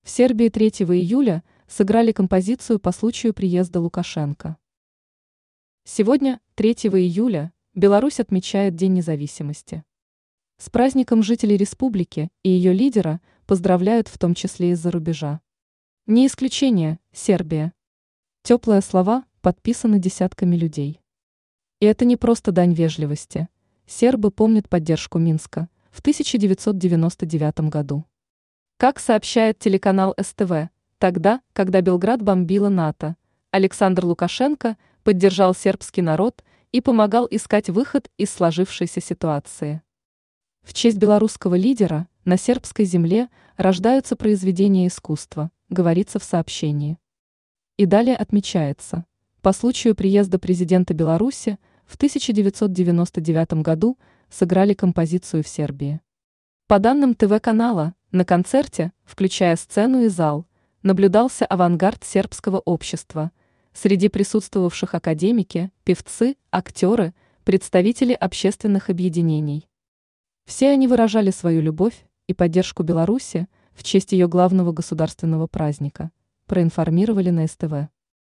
В Сербии 3 июля сыграли композицию по случаю приезда Лукашенко. Сегодня, 3 июля, Беларусь отмечает День независимости. С праздником жителей республики и ее лидера поздравляют в том числе из-за рубежа. Не исключение – Сербия. Теплые слова подписаны десятками людей. И это не просто дань вежливости. Сербы помнят поддержку Минска в 1999 году. Как сообщает телеканал СТВ, тогда, когда Белград бомбила НАТО, Александр Лукашенко поддержал сербский народ и помогал искать выход из сложившейся ситуации. В честь белорусского лидера на сербской земле рождаются произведения искусства, говорится в сообщении. И далее отмечается, по случаю приезда президента Беларуси в 1999 году сыграли композицию в Сербии. По данным ТВ-канала, на концерте, включая сцену и зал, наблюдался авангард сербского общества. Среди присутствовавших академики, певцы, актеры, представители общественных объединений. Все они выражали свою любовь и поддержку Беларуси в честь ее главного государственного праздника, проинформировали на СТВ.